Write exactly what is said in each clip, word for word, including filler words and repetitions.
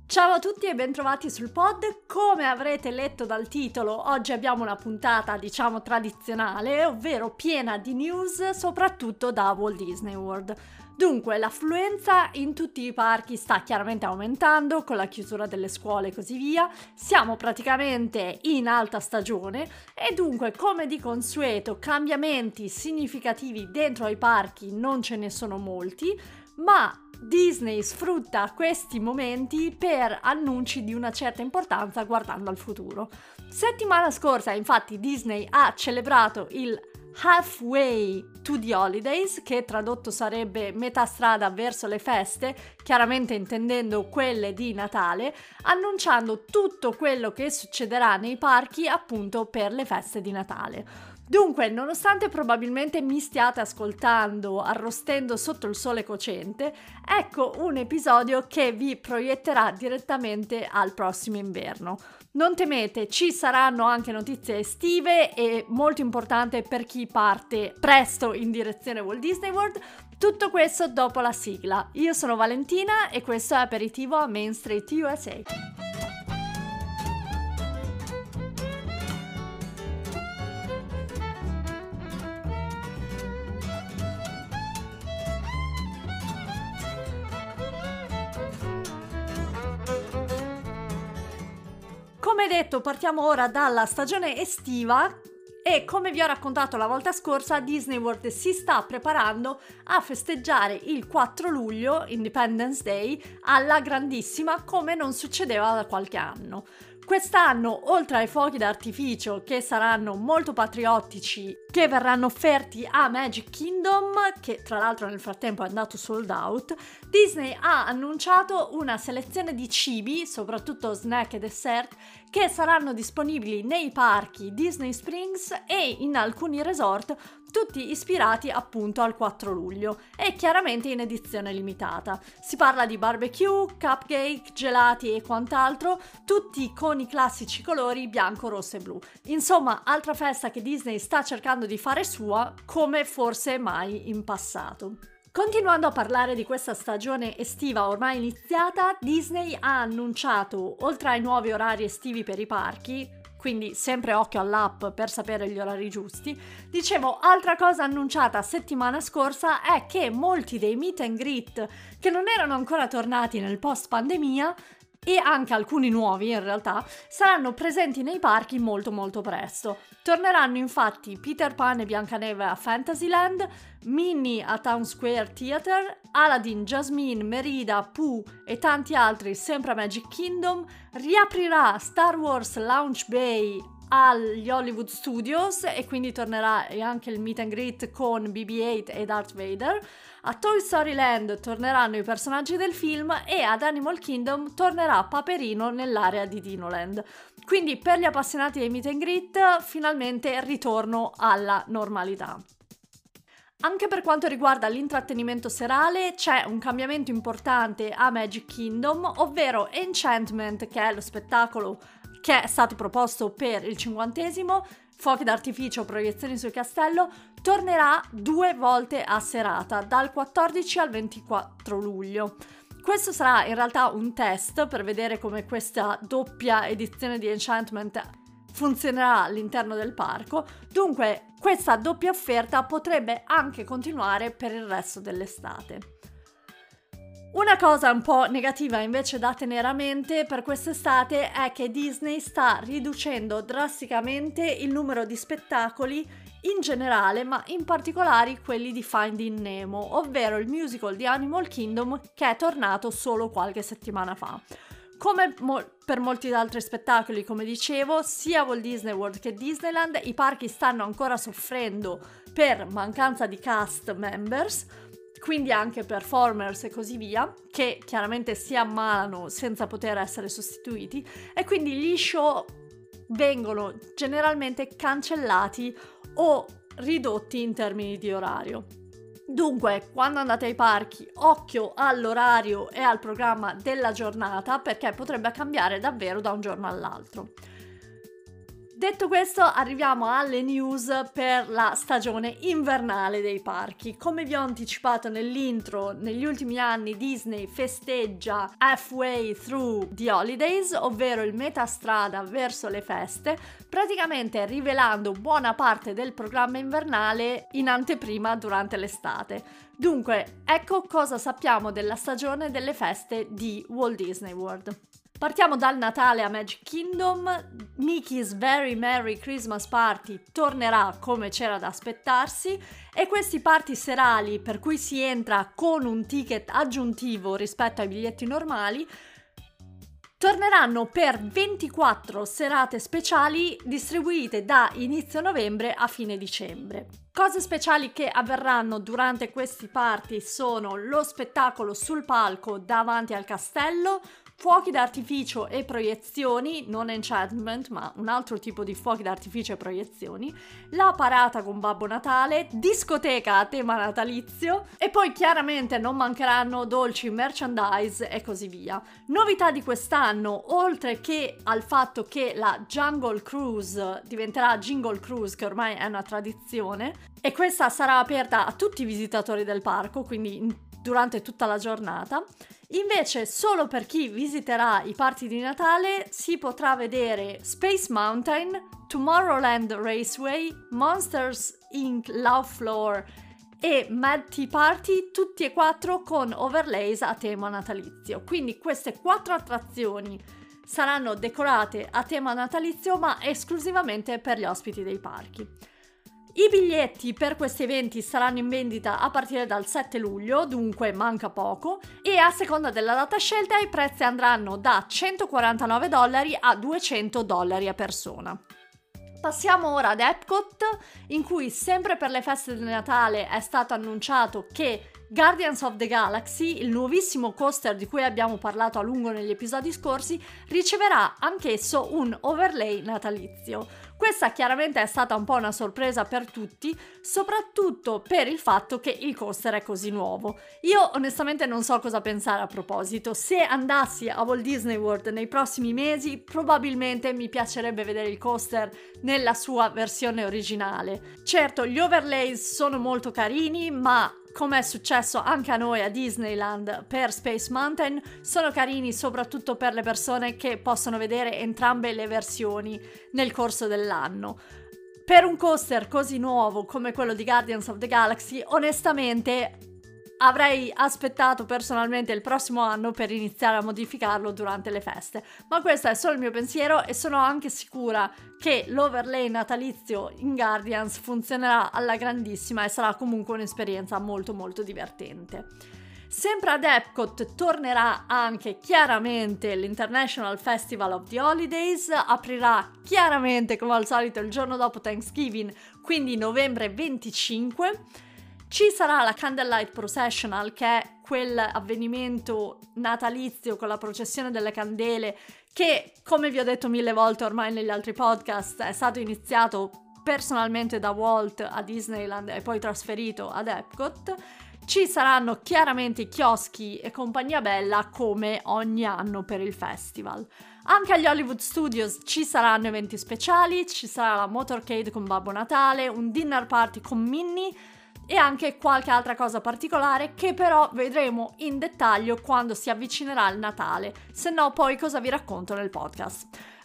Ciao a tutti e bentrovati sul pod. Come avrete letto dal titolo, oggi abbiamo una puntata, diciamo, tradizionale, ovvero piena di news, soprattutto da Walt Disney World. Dunque, l'affluenza in tutti i parchi sta chiaramente aumentando con la chiusura delle scuole e così via. Siamo praticamente in alta stagione e dunque, come di consueto, cambiamenti significativi dentro ai parchi non ce ne sono molti, ma Disney sfrutta questi momenti per annunci di una certa importanza guardando al futuro. Settimana scorsa, infatti, Disney ha celebrato il Halfway to the Holidays, che tradotto sarebbe metà strada verso le feste, chiaramente intendendo quelle di Natale, annunciando tutto quello che succederà nei parchi appunto per le feste di Natale. Dunque, nonostante probabilmente mi stiate ascoltando arrostendo sotto il sole cocente, ecco un episodio che vi proietterà direttamente al prossimo inverno. Non temete, ci saranno anche notizie estive e molto importante per chi parte presto in direzione Walt Disney World. Tutto questo dopo la sigla. Io sono Valentina e questo è Aperitivo a Main Street U S A. Come detto, partiamo ora dalla stagione estiva e come vi ho raccontato la volta scorsa, Disney World si sta preparando a festeggiare il quattro luglio, Independence Day, alla grandissima, come non succedeva da qualche anno. Quest'anno, oltre ai fuochi d'artificio che saranno molto patriottici, che verranno offerti a Magic Kingdom, che tra l'altro nel frattempo è andato sold out, Disney ha annunciato una selezione di cibi, soprattutto snack e dessert, che saranno disponibili nei parchi Disney Springs e in alcuni resort, tutti ispirati appunto al quattro luglio e chiaramente in edizione limitata. Si parla di barbecue, cupcake, gelati e quant'altro, tutti con i classici colori bianco, rosso e blu. Insomma, altra festa che Disney sta cercando di fare sua, come forse mai in passato. Continuando a parlare di questa stagione estiva ormai iniziata, Disney ha annunciato, oltre ai nuovi orari estivi per i parchi, quindi sempre occhio all'app per sapere gli orari giusti, dicevo, altra cosa annunciata settimana scorsa è che molti dei meet and greet che non erano ancora tornati nel post pandemia, e anche alcuni nuovi in realtà, saranno presenti nei parchi molto molto presto. Torneranno infatti Peter Pan e Biancaneve a Fantasyland, Minnie a Town Square Theater, Aladdin, Jasmine, Merida, Pooh e tanti altri sempre a Magic Kingdom, riaprirà Star Wars Launch Bay agli Hollywood Studios e quindi tornerà anche il meet and greet con B B eight e Darth Vader. A Toy Story Land torneranno i personaggi del film e ad Animal Kingdom tornerà Paperino nell'area di Dinoland. Quindi per gli appassionati dei meet and greet finalmente ritorno alla normalità. Anche per quanto riguarda l'intrattenimento serale c'è un cambiamento importante a Magic Kingdom, ovvero Enchantment, che è lo spettacolo che è stato proposto per il cinquantesimo, fuochi d'artificio, proiezioni sul castello, tornerà due volte a serata, dal quattordici al ventiquattro luglio. Questo sarà in realtà un test per vedere come questa doppia edizione di Enchantment funzionerà all'interno del parco, dunque questa doppia offerta potrebbe anche continuare per il resto dell'estate. Una cosa un po' negativa invece da tenere a mente per quest'estate è che Disney sta riducendo drasticamente il numero di spettacoli in generale, ma in particolare quelli di Finding Nemo, ovvero il musical di Animal Kingdom che è tornato solo qualche settimana fa. Come mo- per molti altri spettacoli, come dicevo, sia Walt Disney World che Disneyland, i parchi stanno ancora soffrendo per mancanza di cast members, quindi anche performers e così via, che chiaramente si ammalano senza poter essere sostituiti, e quindi gli show vengono generalmente cancellati o ridotti in termini di orario. Dunque, quando andate ai parchi, occhio all'orario e al programma della giornata, perché potrebbe cambiare davvero da un giorno all'altro. Detto questo, arriviamo alle news per la stagione invernale dei parchi. Come vi ho anticipato nell'intro, negli ultimi anni Disney festeggia halfway through the holidays, ovvero il metà strada verso le feste, praticamente rivelando buona parte del programma invernale in anteprima durante l'estate. Dunque, ecco cosa sappiamo della stagione delle feste di Walt Disney World. Partiamo dal Natale a Magic Kingdom. Mickey's Very Merry Christmas Party tornerà come c'era da aspettarsi e questi party serali per cui si entra con un ticket aggiuntivo rispetto ai biglietti normali torneranno per ventiquattro serate speciali distribuite da inizio novembre a fine dicembre. Cose speciali che avverranno durante questi party sono lo spettacolo sul palco davanti al castello, fuochi d'artificio e proiezioni, non enchantment ma un altro tipo di fuochi d'artificio e proiezioni, la parata con Babbo Natale, discoteca a tema natalizio e poi chiaramente non mancheranno dolci, merchandise e così via. Novità di quest'anno, oltre che al fatto che la Jungle Cruise diventerà Jingle Cruise, che ormai è una tradizione, e questa sarà aperta a tutti i visitatori del parco, quindi durante tutta la giornata. Invece solo per chi visiterà i party di Natale si potrà vedere Space Mountain, Tomorrowland Raceway, Monsters incorporated. Love Floor e Mad Tea Party, tutti e quattro con overlays a tema natalizio. Quindi queste quattro attrazioni saranno decorate a tema natalizio ma esclusivamente per gli ospiti dei parchi. I biglietti per questi eventi saranno in vendita a partire dal sette luglio, dunque manca poco, e a seconda della data scelta i prezzi andranno da centoquarantanove dollari a duecento dollari a persona. Passiamo ora ad Epcot, in cui sempre per le feste di Natale è stato annunciato che Guardians of the Galaxy, il nuovissimo coaster di cui abbiamo parlato a lungo negli episodi scorsi, riceverà anch'esso un overlay natalizio. Questa chiaramente è stata un po' una sorpresa per tutti, soprattutto per il fatto che il coaster è così nuovo. Io onestamente non so cosa pensare a proposito. Se andassi a Walt Disney World nei prossimi mesi, probabilmente mi piacerebbe vedere il coaster nella sua versione originale. Certo, gli overlays sono molto carini, ma come è successo anche a noi a Disneyland per Space Mountain, sono carini soprattutto per le persone che possono vedere entrambe le versioni nel corso dell'anno. Per un coaster così nuovo come quello di Guardians of the Galaxy, onestamente avrei aspettato personalmente il prossimo anno per iniziare a modificarlo durante le feste, ma questo è solo il mio pensiero e sono anche sicura che l'overlay natalizio in Guardians funzionerà alla grandissima e sarà comunque un'esperienza molto molto divertente. Sempre ad Epcot tornerà anche chiaramente l'International Festival of the Holidays, aprirà chiaramente come al solito il giorno dopo Thanksgiving, quindi novembre venticinque. Ci sarà la Candlelight Processional, che è quell'avvenimento natalizio con la processione delle candele che, come vi ho detto mille volte ormai negli altri podcast, è stato iniziato personalmente da Walt a Disneyland e poi trasferito ad Epcot. Ci saranno chiaramente chioschi e compagnia bella come ogni anno per il festival. Anche agli Hollywood Studios ci saranno eventi speciali, ci sarà la Motorcade con Babbo Natale, un dinner party con Minnie e anche qualche altra cosa particolare che però vedremo in dettaglio quando si avvicinerà il Natale, se no poi cosa vi racconto nel podcast.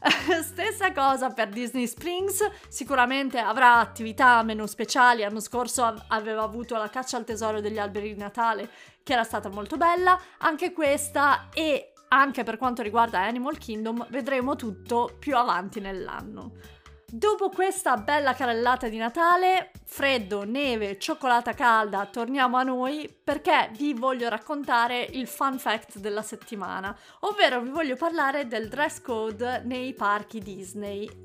Stessa cosa per Disney Springs, sicuramente avrà attività meno speciali. L'anno scorso aveva avuto la caccia al tesoro degli alberi di Natale che era stata molto bella, anche questa, e anche per quanto riguarda Animal Kingdom vedremo tutto più avanti nell'anno. Dopo questa bella carrellata di Natale, freddo, neve, cioccolata calda, torniamo a noi perché vi voglio raccontare il fun fact della settimana, ovvero vi voglio parlare del dress code nei parchi Disney.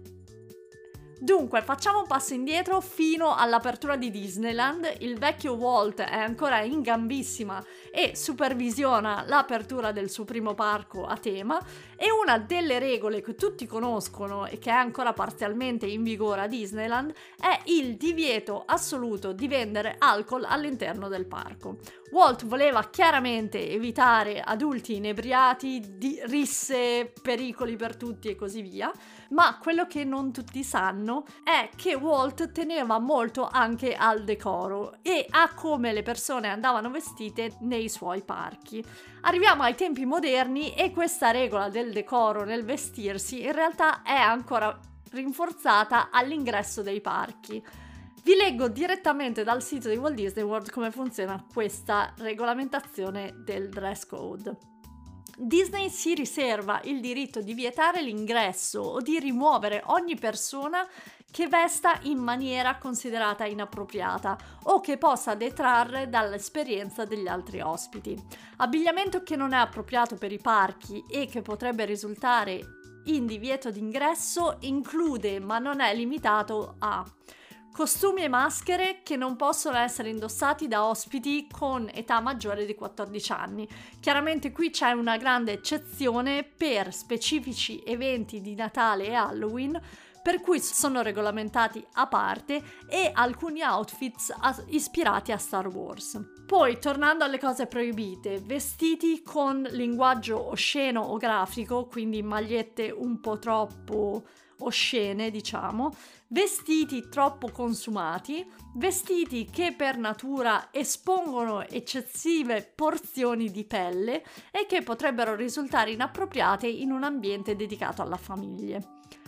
Dunque, facciamo un passo indietro fino all'apertura di Disneyland. Il vecchio Walt è ancora in gambissima e supervisiona l'apertura del suo primo parco a tema, e una delle regole che tutti conoscono e che è ancora parzialmente in vigore a Disneyland è il divieto assoluto di vendere alcol all'interno del parco. Walt voleva chiaramente evitare adulti inebriati, di risse, pericoli per tutti e così via, ma quello che non tutti sanno è che Walt teneva molto anche al decoro e a come le persone andavano vestite nei suoi parchi. Arriviamo ai tempi moderni e questa regola del decoro nel vestirsi in realtà è ancora rinforzata all'ingresso dei parchi. Vi leggo direttamente dal sito di Walt Disney World come funziona questa regolamentazione del dress code. Disney si riserva il diritto di vietare l'ingresso o di rimuovere ogni persona che vesta in maniera considerata inappropriata o che possa detrarre dall'esperienza degli altri ospiti. Abbigliamento che non è appropriato per i parchi e che potrebbe risultare in divieto d'ingresso include, ma non è limitato a: costumi e maschere che non possono essere indossati da ospiti con età maggiore di quattordici anni. Chiaramente qui c'è una grande eccezione per specifici eventi di Natale e Halloween, per cui sono regolamentati a parte, e alcuni outfits ispirati a Star Wars. Poi, tornando alle cose proibite, vestiti con linguaggio osceno o grafico, quindi magliette un po' troppo oscene, diciamo, vestiti troppo consumati, vestiti che per natura espongono eccessive porzioni di pelle e che potrebbero risultare inappropriate in un ambiente dedicato alla famiglia.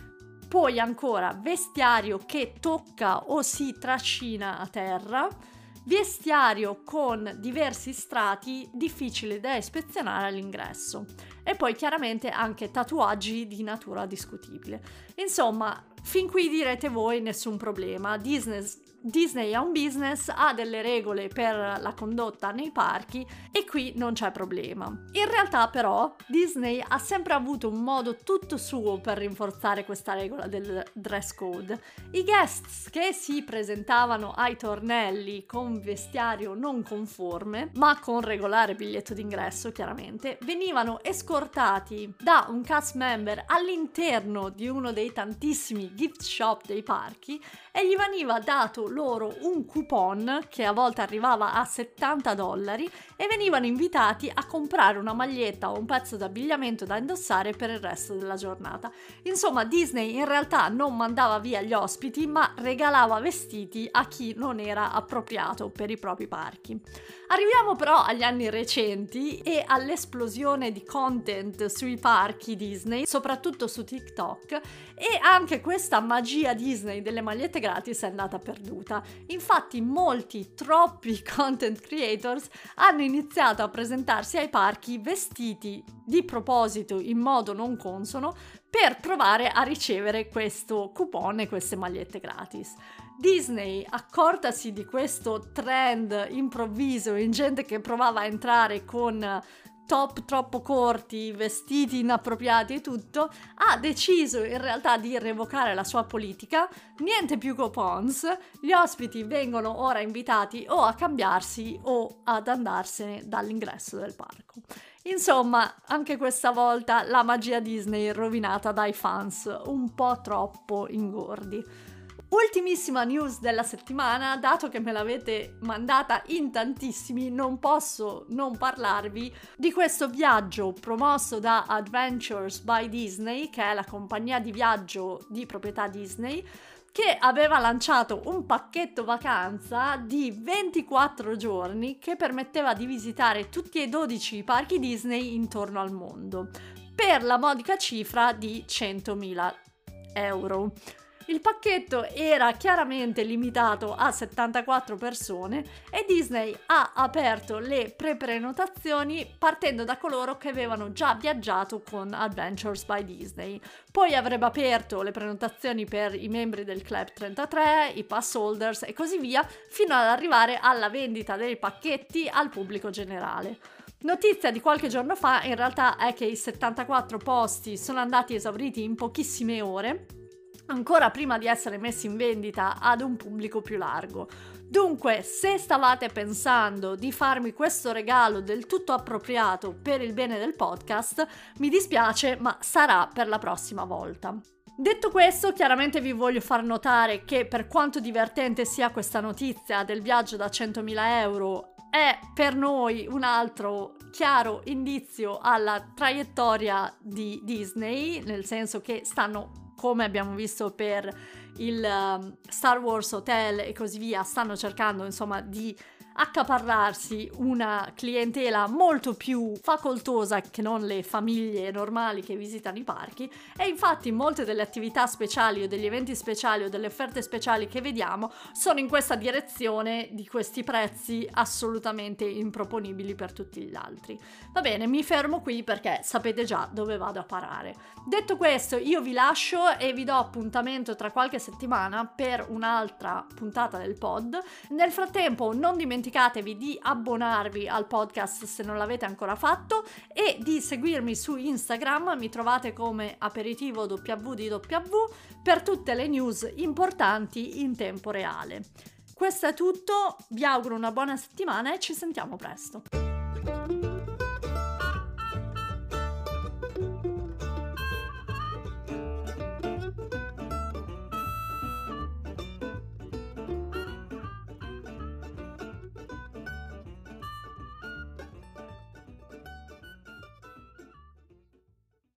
Poi ancora vestiario che tocca o si trascina a terra, vestiario con diversi strati difficili da ispezionare all'ingresso e poi chiaramente anche tatuaggi di natura discutibile. Insomma, fin qui direte voi nessun problema, Disney, Disney è un business, ha delle regole per la condotta nei parchi e qui non c'è problema. In realtà però Disney ha sempre avuto un modo tutto suo per rinforzare questa regola del dress code. I guests che si presentavano ai tornelli con vestiario non conforme, ma con regolare biglietto d'ingresso chiaramente, venivano scortati da un cast member all'interno di uno dei tantissimi gift shop dei parchi e gli veniva dato loro un coupon che a volte arrivava a settanta dollari e venivano invitati a comprare una maglietta o un pezzo d'abbigliamento da indossare per il resto della giornata. Insomma, Disney in realtà non mandava via gli ospiti, ma regalava vestiti a chi non era appropriato per i propri parchi. Arriviamo però agli anni recenti e all'esplosione di content sui parchi Disney, soprattutto su TikTok, e anche questa magia Disney delle magliette gratis è andata perduta. Infatti molti, troppi content creators hanno iniziato a presentarsi ai parchi vestiti di proposito in modo non consono per provare a ricevere questo coupon e queste magliette gratis. Disney, accortasi di questo trend improvviso in gente che provava a entrare con top troppo corti, vestiti inappropriati e tutto, ha deciso in realtà di revocare la sua politica. Niente più coupons, gli ospiti vengono ora invitati o a cambiarsi o ad andarsene dall'ingresso del parco. Insomma, anche questa volta la magia Disney è rovinata dai fans un po' troppo ingordi. Ultimissima news della settimana, dato che me l'avete mandata in tantissimi, non posso non parlarvi di questo viaggio promosso da Adventures by Disney, che è la compagnia di viaggio di proprietà Disney, che aveva lanciato un pacchetto vacanza di ventiquattro giorni che permetteva di visitare tutti e dodici i parchi Disney intorno al mondo, per la modica cifra di centomila euro. Il pacchetto era chiaramente limitato a settantaquattro persone e Disney ha aperto le pre-prenotazioni partendo da coloro che avevano già viaggiato con Adventures by Disney. Poi avrebbe aperto le prenotazioni per i membri del Club trentatré, i pass holders e così via, fino ad arrivare alla vendita dei pacchetti al pubblico generale. Notizia di qualche giorno fa in realtà è che i settantaquattro posti sono andati esauriti in pochissime ore, ancora prima di essere messi in vendita ad un pubblico più largo. Dunque, se stavate pensando di farmi questo regalo del tutto appropriato per il bene del podcast, mi dispiace, ma sarà per la prossima volta. Detto questo, chiaramente vi voglio far notare che per quanto divertente sia questa notizia del viaggio da centomila euro è per noi un altro chiaro indizio alla traiettoria di Disney, nel senso che stanno, come abbiamo visto per il um, Star Wars Hotel e così via, stanno cercando insomma di accaparrarsi una clientela molto più facoltosa che non le famiglie normali che visitano i parchi, e infatti molte delle attività speciali o degli eventi speciali o delle offerte speciali che vediamo sono in questa direzione di questi prezzi assolutamente improponibili per tutti gli altri. Va bene, mi fermo qui perché sapete già dove vado a parare. Detto questo, io vi lascio e vi do appuntamento tra qualche settimana per un'altra puntata del pod. Nel frattempo non dimenticatevi di abbonarvi al podcast se non l'avete ancora fatto e di seguirmi su Instagram, mi trovate come aperitivo W di W per tutte le news importanti in tempo reale. Questo è tutto, vi auguro una buona settimana e ci sentiamo presto.